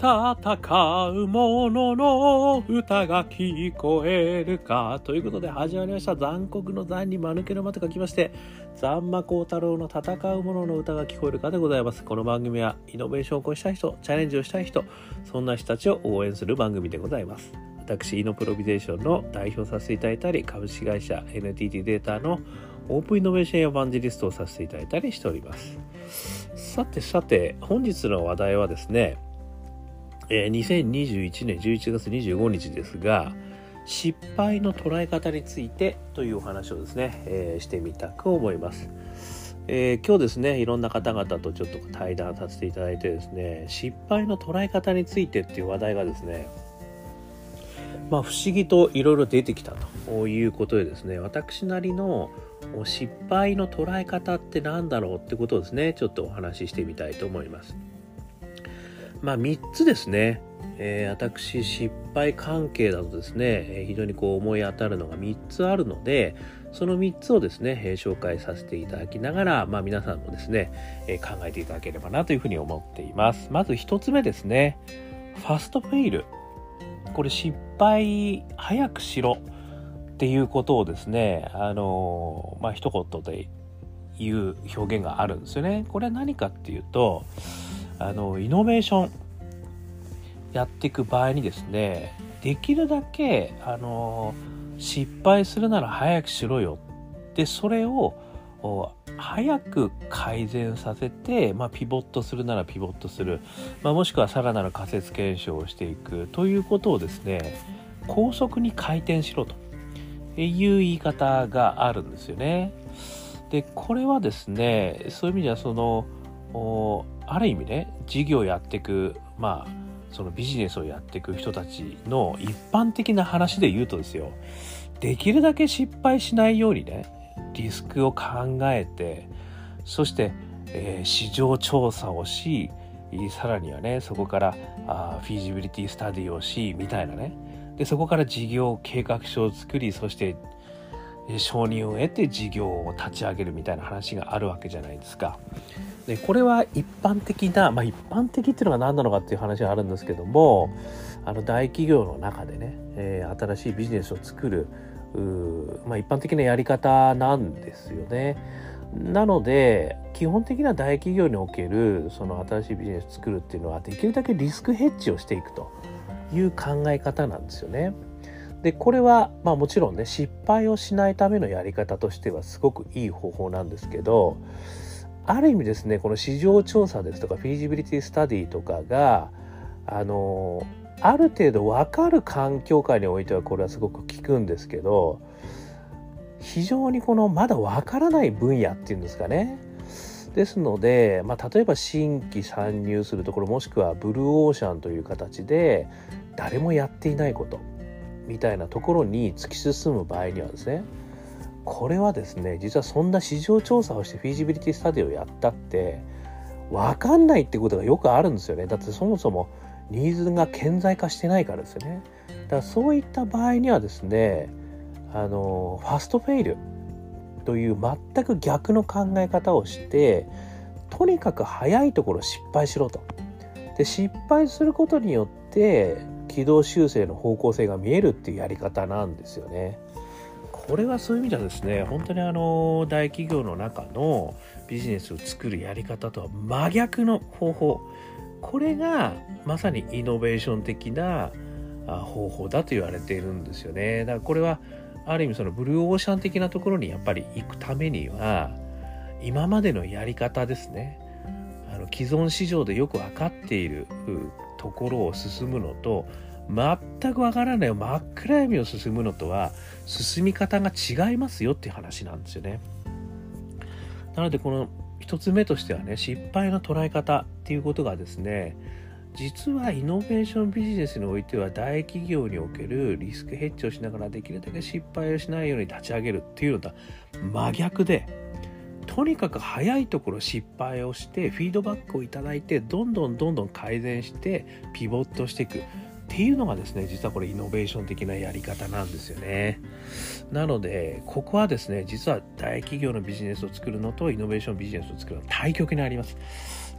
戦う者の歌が聞こえるかということで始まりました。残酷の残に間抜けの間と書きまして、残魔高太郎の戦う者の歌が聞こえるかでございます。この番組はイノベーションを起こしたい人、チャレンジをしたい人、そんな人たちを応援する番組でございます。私イノプロビゼーションの代表させていただいたり、株式会社 NTT データのオープンイノベーションエヴァンジェリストをさせていただいたりしております。さて本日の話題はですね、2021年11月25日ですが、失敗の捉え方についてというお話をですね、してみたく思います。今日ですね、いろんな方々とちょっと対談させていただいてですね、失敗の捉え方についてっていう話題がですね、不思議といろいろ出てきたということでですね、私なりの失敗の捉え方って何だろうってことをですね、ちょっとお話ししてみたいと思います。3つですね、私失敗関係だとですね、非常に思い当たるのが3つあるので、その3つをですね、紹介させていただきながら、皆さんもですね、考えていただければなというふうに思っています。まず1つ目ですね、ファストフェイル。これ失敗早くしろっていうことをですね、一言で言う表現があるんですよね。これは何かっていうと、イノベーションやっていく場合にですね、できるだけ失敗するなら早くしろよで、それを早く改善させて、ピボットするならピボットする、もしくはさらなる仮説検証をしていくということをですね、高速に回転しろという言い方があるんですよね。で、これはですね、そういう意味ではある意味ね、事業をやっていく、そのビジネスをやっていく人たちの一般的な話で言うとですよ、できるだけ失敗しないようにね、リスクを考えて、そして、市場調査をし、さらにはね、そこからフィジビリティスタディをしみたいなね、でそこから事業計画書を作り、そして承認を得て事業を立ち上げるみたいな話があるわけじゃないですか。でこれは一般的な、一般的っていうのが何なのかっていう話があるんですけども、大企業の中でね、新しいビジネスを作る一般的なやり方なんですよね。なので基本的な大企業におけるその新しいビジネスを作るっていうのは、できるだけリスクヘッジをしていくという考え方なんですよね。でこれはもちろんね、失敗をしないためのやり方としてはすごくいい方法なんですけど、ある意味ですね、この市場調査ですとかフィジビリティスタディとかがある程度分かる環境下においてはこれはすごく効くんですけど、非常にまだ分からない分野っていうんですかね。ですので、例えば新規参入するところ、もしくはブルーオーシャンという形で誰もやっていないことみたいなところに突き進む場合にはですね、これはですね、実はそんな市場調査をしてフィジビリティスタディをやったって分かんないってことがよくあるんですよね。だってそもそもニーズが顕在化してないからですよね。だからそういった場合にはですね、ファストフェイルという全く逆の考え方をして、とにかく早いところ失敗しろと。で失敗することによって軌道修正の方向性が見えるっていうやり方なんですよね。これはそういう意味ではですね、本当に大企業の中のビジネスを作るやり方とは真逆の方法、これがまさにイノベーション的な方法だと言われているんですよね。だからこれはある意味そのブルーオーシャン的なところにやっぱり行くためには、今までのやり方ですね、既存市場でよく分かっているところを進むのと、全く分からない真っ暗闇を進むのとは進み方が違いますよっていう話なんですよね。なのでこの一つ目としてはね、失敗の捉え方っていうことがですね、実はイノベーションビジネスにおいては大企業におけるリスクヘッジをしながらできるだけ失敗をしないように立ち上げるっていうのとは真逆で、とにかく早いところ失敗をしてフィードバックをいただいて、どんどん改善してピボットしていくっていうのがですね、実はこれイノベーション的なやり方なんですよね。なのでここはですね、実は大企業のビジネスを作るのとイノベーションビジネスを作るのは対極にあります。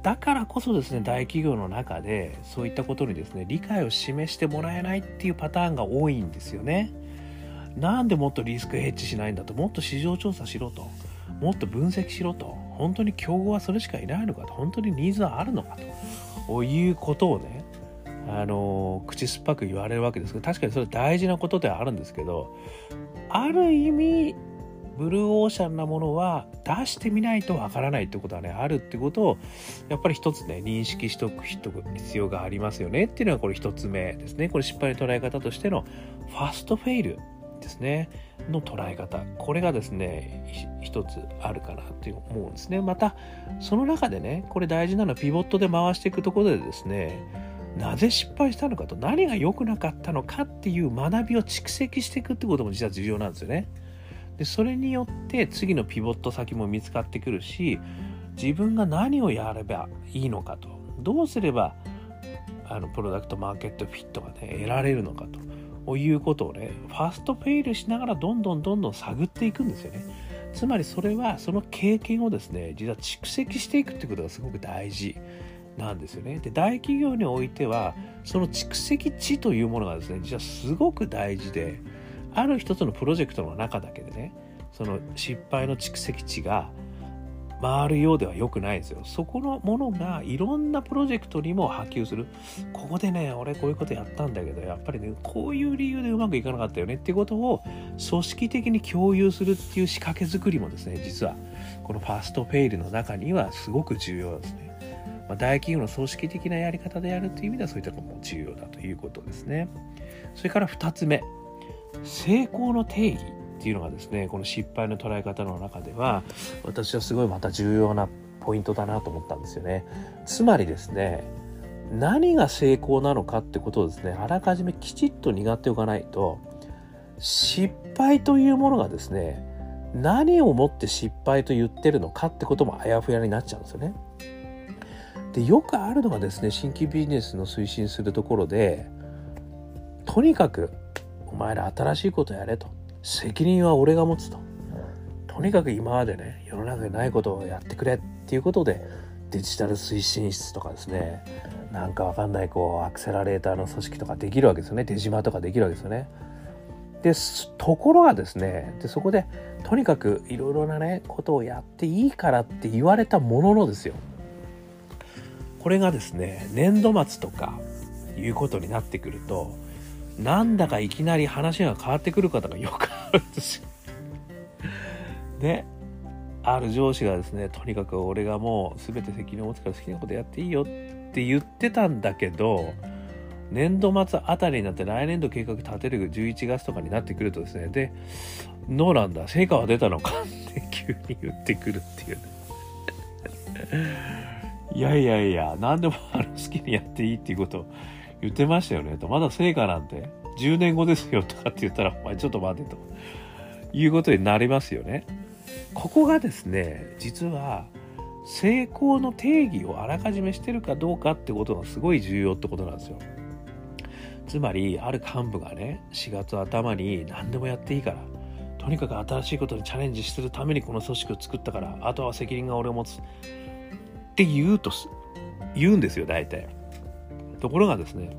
だからこそですね、大企業の中でそういったことにですね、理解を示してもらえないっていうパターンが多いんですよね。なんでもっとリスクヘッジしないんだと、もっと市場調査しろと、もっと分析しろと、本当に競合はそれしかいないのかと、本当にニーズはあるのかということをね、口酸っぱく言われるわけですけど、確かにそれ大事なことではあるんですけど、ある意味ブルーオーシャンなものは出してみないとわからないってことはね、あるってことをやっぱり一つね、認識しておく必要がありますよねっていうのがこれ一つ目ですね。これ失敗の捉え方としてのファストフェイルですねの捉え方、これがですね一つあるかなと思うんですね。またその中でね、これ大事なのはピボットで回していくところでですね、なぜ失敗したのかと、何が良くなかったのかっていう学びを蓄積していくってことも実は重要なんですよね。でそれによって次のピボット先も見つかってくるし、自分が何をやればいいのかと、どうすればプロダクトマーケットフィットがね得られるのかということをね、ファストフェイルしながらどんどん探っていくんですよね。つまりそれはその経験をですね、実は蓄積していくってことがすごく大事なんですよね。で大企業においてはその蓄積値というものがですね、実はすごく大事で、ある一つのプロジェクトの中だけでね、その失敗の蓄積値が回るようでは良くないんですよ。そこのものがいろんなプロジェクトにも波及する。ここでね、俺こういうことやったんだけど、やっぱりね、こういう理由でうまくいかなかったよねっていうことを組織的に共有するっていう仕掛け作りもですね、実はこのファーストフェイルの中にはすごく重要ですね。大企業の組織的なやり方でやるという意味ではそういったことも重要だということですね。それから2つ目、成功の定義っていうのがですね、この失敗の捉え方の中では私はすごいまた重要なポイントだなと思ったんですよね。つまりですね、何が成功なのかってことをですね、あらかじめきちっと担っておかないと、失敗というものがですね、何をもって失敗と言ってるのかってこともあやふやになっちゃうんですよね。でよくあるのがですね、新規ビジネスの推進するところで、とにかくお前ら新しいことやれと、責任は俺が持つと、とにかく今までね、世の中にないことをやってくれっていうことで、デジタル推進室とかですね、なんかわかんないアクセラレーターの組織とかできるわけですよね。デジマとかできるわけですよね。でところがですね、そこでとにかくいろいろなねことをやっていいからって言われたもののですよ、これがですね、年度末とかいうことになってくると、なんだかいきなり話が変わってくる方がよくあるんですよ。で、ある上司がですね、とにかく俺がもう全て責任を持つから好きなことやっていいよって言ってたんだけど、年度末あたりになって来年度計画立てる11月とかになってくるとですね、で、どうなんだ、成果は出たのかって急に言ってくるっていうね。いや、何でも好きにやっていいっていうことを言ってましたよねと。まだ成果なんて10年後ですよとかって言ったら、お前ちょっと待てということになりますよね。ここがですね、実は成功の定義をあらかじめしてるかどうかってことがすごい重要ってことなんですよ。つまりある幹部がね、4月頭に何でもやっていいから、とにかく新しいことにチャレンジするためにこの組織を作ったから、あとは責任が俺を持つって言うんですよ、大体。ところがですね、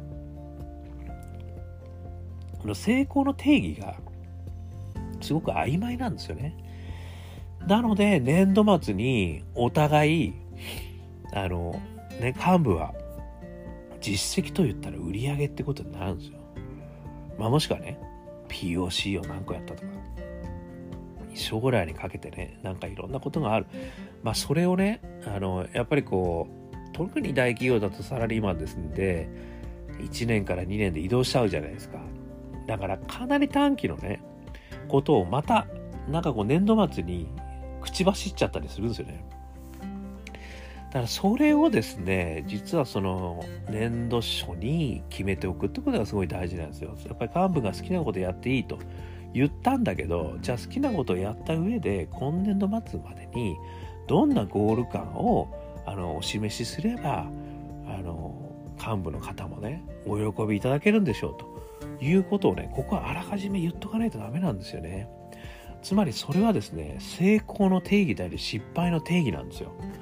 この成功の定義がすごく曖昧なんですよね。なので年度末にお互い幹部は実績と言ったら売り上げってことになるんですよ。もしくはね、 POC を何個やったとか、将来にかけてね、なんかいろんなことがある。それをね、やっぱり特に大企業だとサラリーマンですんで、1年から2年で移動しちゃうじゃないですか。だからかなり短期のねことをまた年度末に口走っちゃったりするんですよね。だからそれをですね、実はその年度初に決めておくってことがすごい大事なんですよ。やっぱり幹部が好きなことやっていいと言ったんだけど、じゃあ好きなことをやった上で今年度末までにどんなゴール感をお示しすれば幹部の方もねお喜びいただけるんでしょうということをね、ここはあらかじめ言っとかないとダメなんですよね。つまりそれはですね、成功の定義であり失敗の定義なんですよ。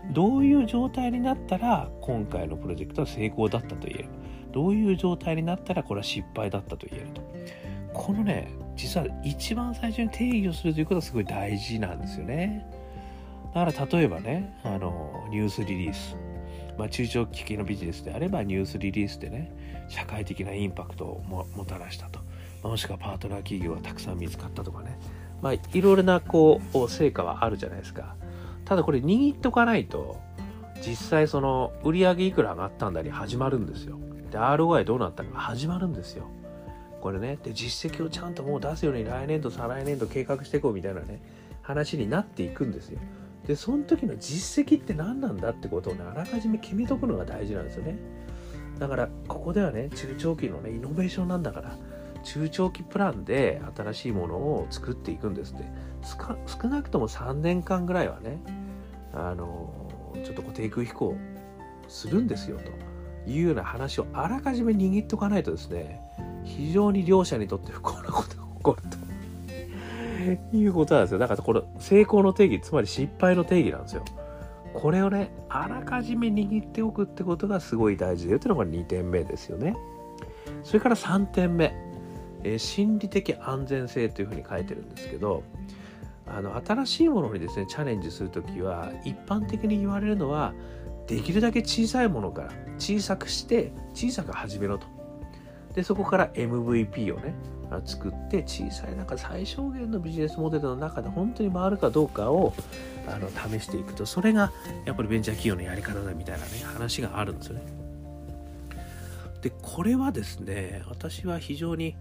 どういう状態になったら今回のプロジェクトは成功だったと言える、どういう状態になったらこれは失敗だったと言えると、このね実は一番最初に定義をするということはすごい大事なんですよね。だから例えばねニュースリリース、中長期系のビジネスであればニュースリリースでね社会的なインパクトをもたらしたと、もしくはパートナー企業がたくさん見つかったとかね、いろいろな成果はあるじゃないですか。ただこれ握っとかないと実際その売上いくら上がったんだに始まるんですよ。で ROI どうなったか始まるんですよこれね。で実績をちゃんともう出すように来年度再来年度計画していこうみたいなね話になっていくんですよ。でその時の実績って何なんだってことをねあらかじめ決めとくのが大事なんですよね。だからここではね中長期のねイノベーションなんだから中長期プランで新しいものを作っていくんですって。少なくとも3年間ぐらいはねちょっと低空飛行するんですよというような話をあらかじめ握っとかないとですね非常に両者にとって不幸なことが起こるということなんですよ。だからこれ成功の定義、つまり失敗の定義なんですよ。これをねあらかじめ握っておくってことがすごい大事だよというのが2点目ですよね。それから3点目、心理的安全性というふうに書いてるんですけど、新しいものにですねチャレンジするときは一般的に言われるのはできるだけ小さいものから小さくして小さく始めろと。でそこから MVP をね作って小さい最小限のビジネスモデルの中で本当に回るかどうかを試していくと、それがやっぱりベンチャー企業のやり方だみたいなね話があるんですよね。でこれはですね私は非常に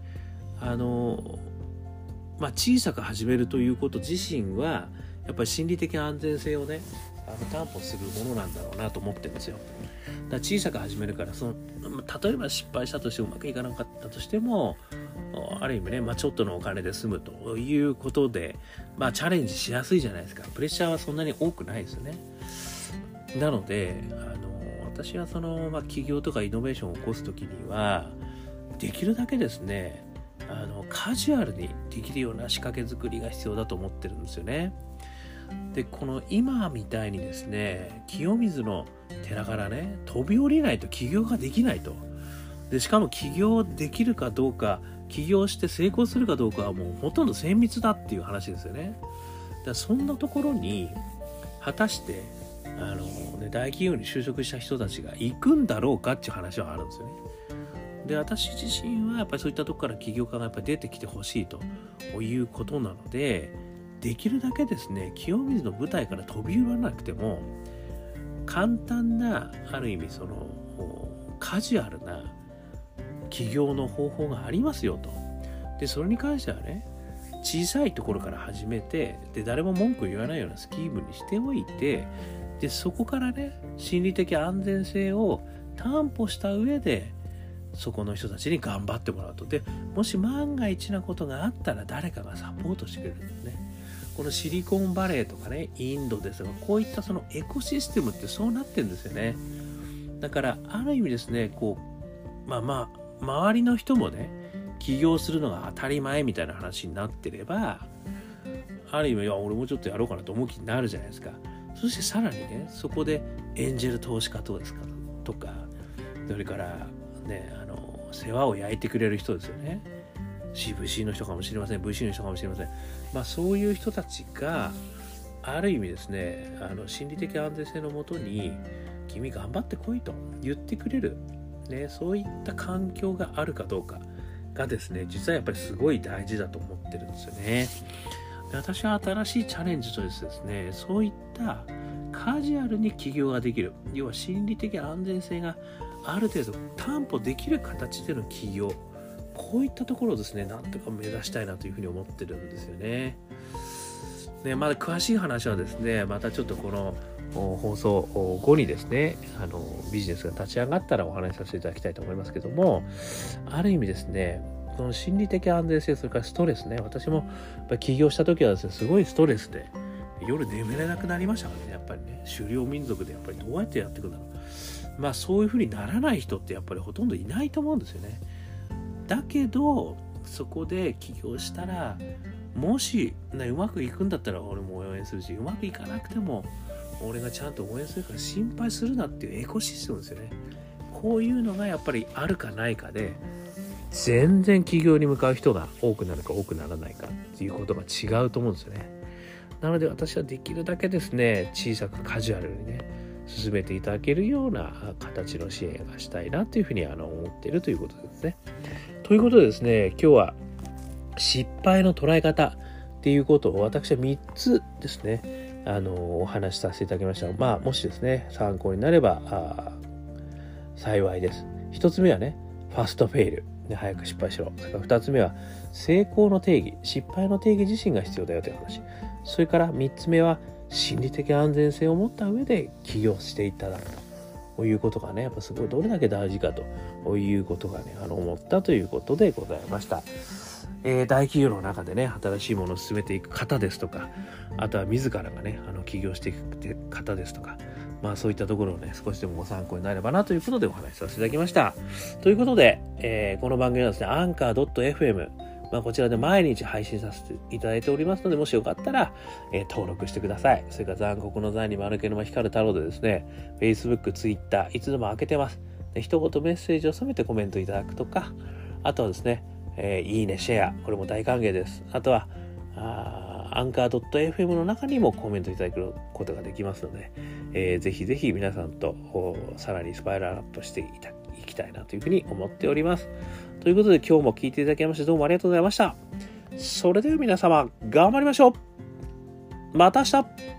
小さく始めるということ自身はやっぱり心理的安全性をね担保するものなんだろうなと思ってるんですよ。だから小さく始めるから例えば失敗したとしてうまくいかなかったとしてもある意味ね、ちょっとのお金で済むということでチャレンジしやすいじゃないですか。プレッシャーはそんなに多くないですよね。なので私は企業とかイノベーションを起こすときにはできるだけですねカジュアルにできるような仕掛け作りが必要だと思ってるんですよね。でこの今みたいにですね清水の寺からね飛び降りないと起業ができないと。でしかも起業できるかどうか起業して成功するかどうかはもうほとんど精密だっていう話ですよね。だからそんなところに果たして大企業に就職した人たちが行くんだろうかっていう話はあるんですよね。で私自身はやっぱりそういったところから起業家がやっぱり出てきてほしいということなので、できるだけですね清水の舞台から飛び降らなくても簡単なある意味カジュアルな起業の方法がありますよと。でそれに関してはね小さいところから始めてで誰も文句言わないようなスキームにしておいてでそこからね心理的安全性を担保した上でそこの人たちに頑張ってもらうと。でもし万が一なことがあったら誰かがサポートしてくれるんですね。このシリコンバレーとかねインドですがこういったエコシステムってそうなってるんですよね。だからある意味ですね周りの人もね起業するのが当たり前みたいな話になってればある意味俺もちょっとやろうかなと思う気になるじゃないですか。そしてさらにねそこでエンジェル投資家とかそれからね世話を焼いてくれる人ですよね。CVC の人かもしれません VC の人かもしれません。そういう人たちがある意味ですね心理的安全性のもとに君頑張ってこいと言ってくれるね、そういった環境があるかどうかがですね実はやっぱりすごい大事だと思ってるんですよね。で私は新しいチャレンジとしてですねそういったカジュアルに起業ができる、要は心理的安全性がある程度担保できる形での起業、こういったところをですねなんとか目指したいなというふうに思ってるんですよね。でまだ詳しい話はですねまたちょっとこの放送後にですねビジネスが立ち上がったらお話しさせていただきたいと思いますけども、ある意味ですねこの心理的安全性それからストレスね、私もやっぱり起業した時はですねすごいストレスで夜眠れなくなりましたからね。やっぱりね狩猟民族でやっぱりどうやってやっていくんだろう、そういうふうにならない人ってやっぱりほとんどいないと思うんですよね。だけどそこで起業したらもし、うまくいくんだったら俺も応援するし、うまくいかなくても俺がちゃんと応援するから心配するなっていうエコシステムですよね。こういうのがやっぱりあるかないかで全然起業に向かう人が多くなるか多くならないかっていうことが違うと思うんですよね。なので私はできるだけですね、小さくカジュアルにね進めていただけるような形の支援がしたいなというふうに思っているということですね。ということでですね、今日は失敗の捉え方っていうことを私は3つですねお話しさせていただきました。もしですね参考になれば幸いです。1つ目はね、ファストフェイル、早く失敗しろ。それから2つ目は成功の定義、失敗の定義自身が必要だよという話。それから3つ目は心理的安全性を持った上で起業していただくということがね、やっぱすごいどれだけ大事かということがね思ったということでございました。大企業の中でね新しいものを進めていく方ですとか、あとは自らがね起業していく方ですとか、そういったところをね少しでもご参考になればなということでお話しさせていただきました。ということで、この番組はですねアンカー .fm、こちらで毎日配信させていただいておりますので、もしよかったら、登録してください。それから残酷の残に丸けの間光る太郎でですね Facebook、Twitter いつでも開けてます。で一言メッセージを添めてコメントいただくとか、あとはですねいいね、シェア、これも大歓迎です。あとはアンカー .fm の中にもコメントいただくことができますので、ぜひぜひ皆さんとさらにスパイラルアップしていきたいなというふうに思っております。ということで今日も聞いていただきましてどうもありがとうございました。それでは皆様頑張りましょう。また明日。